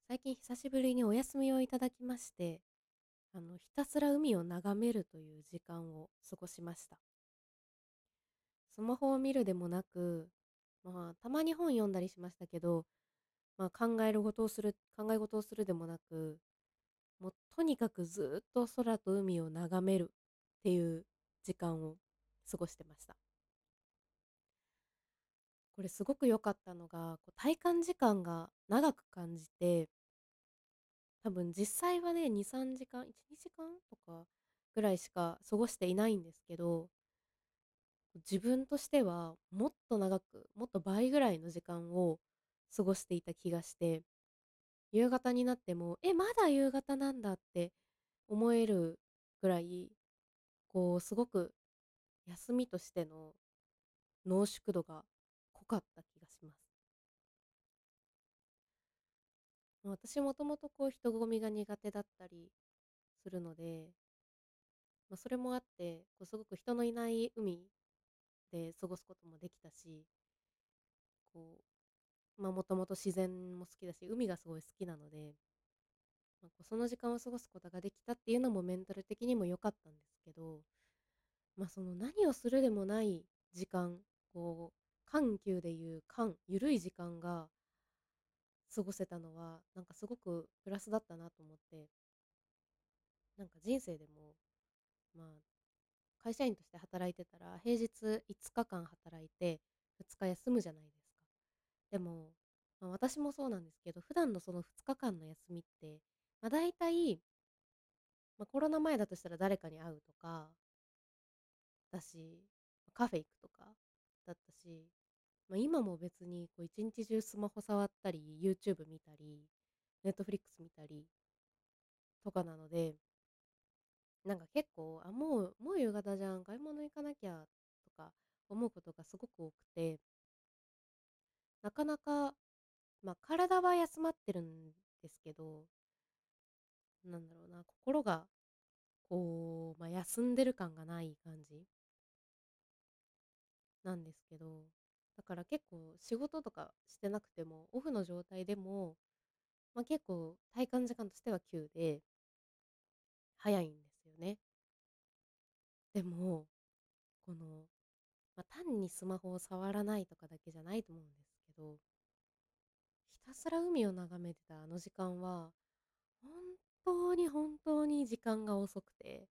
最近久しぶりにお休みをいただきまして、ひたすら海を眺めるという時間を過ごしました。スマホを見るでもなく、たまに本読んだりしましたけど、考え事をするでもなく、もうとにかくずっと空と海を眺めるっていう時間を過ごしてました。これすごく良かったのが、体感時間が長く感じて、多分実際はね、2、3時間、1、2時間とかぐらいしか過ごしていないんですけど、自分としてはもっと長く、もっと倍ぐらいの時間を過ごしていた気がして、夕方になっても、まだ夕方なんだって思えるぐらい、すごく休みとしての濃縮度が濃かった気がします。私もともと人混みが苦手だったりするので、それもあって、すごく人のいない海で過ごすこともできたし、こもともと自然も好きだし、海がすごい好きなので、その時間を過ごすことができたっていうのもメンタル的にも良かったんですけど、その何をするでもない時間、緩急でいう緩、緩い時間が過ごせたのは、なんかすごくプラスだったなと思って、なんか人生でも、まあ、会社員として働いてたら、平日5日間働いて、2日休むじゃないですか。でも、私もそうなんですけど、普段のその2日間の休みって、大体、コロナ前だとしたら誰かに会うとかだし、カフェ行くとかだったし、今も別に一日中スマホ触ったり、YouTube 見たり、Netflix 見たりとかなので、なんか結構、もう夕方じゃん、買い物行かなきゃとか思うことがすごく多くて、なかなか、体は休まってるんですけど、なんだろうな、心が休んでる感がない感じなんですけど、だから結構仕事とかしてなくても、オフの状態でも、結構体感時間としては急で、早いんですよね。でも、この、単にスマホを触らないとかだけじゃないと思うんですけど、ひたすら海を眺めてたあの時間は、本当に本当に時間が遅くて、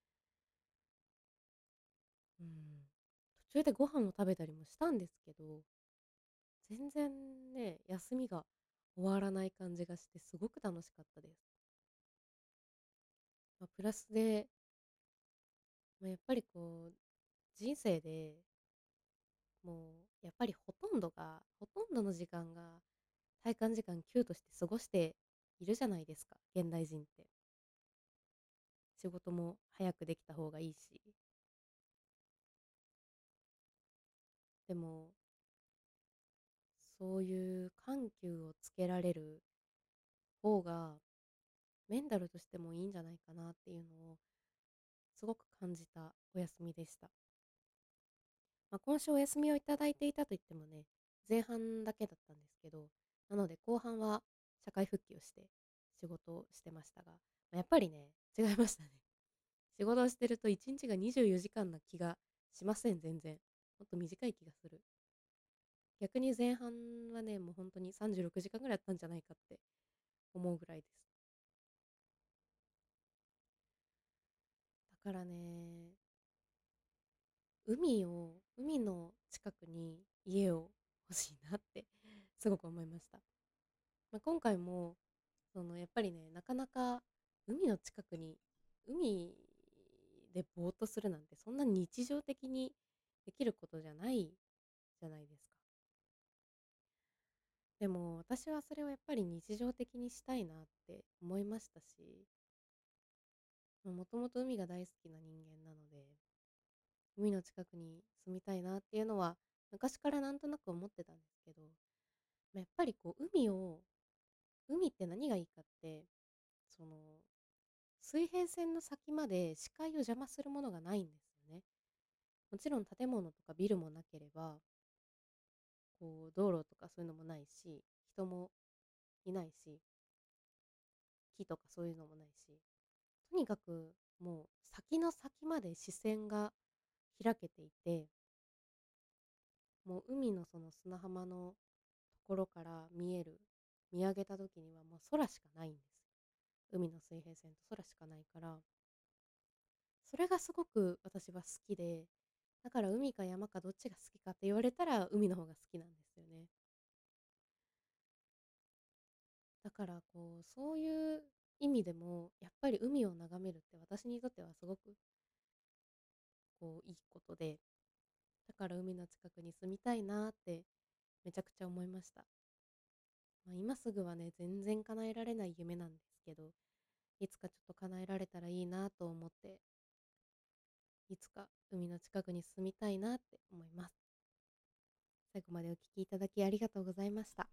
うん、途中でご飯を食べたりもしたんですけど、全然ね、休みが終わらない感じがしてすごく楽しかったです。プラスで、やっぱり人生でもうやっぱりほとんどの時間が体感時間9として過ごしているじゃないですか、現代人って。仕事も早くできた方がいいし。でも、そういう緩急をつけられる方がメンタルとしてもいいんじゃないかなっていうのをすごく感じたお休みでした。今週お休みをいただいていたと言ってもね、前半だけだったんですけど、なので後半は社会復帰をして仕事をしてましたが、やっぱりね、違いましたね。仕事をしてると1日が24時間な気がしません、全然。もっと短い気がする。逆に前半はね、もう本当に36時間ぐらいあったんじゃないかって思うぐらいです。だからね、海の近くに家を欲しいなってすごく思いました。今回も、やっぱりね、なかなか海の近くに、海でぼーっとするなんて、そんな日常的にできることじゃないじゃないですか。でも、私はそれをやっぱり日常的にしたいなって思いましたし、もともと海が大好きな人間なので、海の近くに住みたいなっていうのは、昔からなんとなく思ってたんですけど、やっぱり海って何がいいかって、その、水平線の先まで視界を邪魔するものがないんですよね。もちろん建物とかビルもなければ、道路とかそういうのもないし、人もいないし、 木とかそういうのもないし、とにかくもう先の先まで視線が開けていて、もう海のその砂浜のところから見上げた時にはもう空しかないんですよ。海の水平線と空しかないから、それがすごく私は好きで、だから海か山かどっちが好きかって言われたら海の方が好きなんですよね。だからこう、そういう意味でも、やっぱり海を眺めるって私にとってはすごくこういいことで、だから海の近くに住みたいなってめちゃくちゃ思いました。今すぐはね、全然叶えられない夢なんですけど、いつかちょっと叶えられたらいいなと思って、いつか海の近くに住みたいなって思います。最後までお聞きいただきありがとうございました。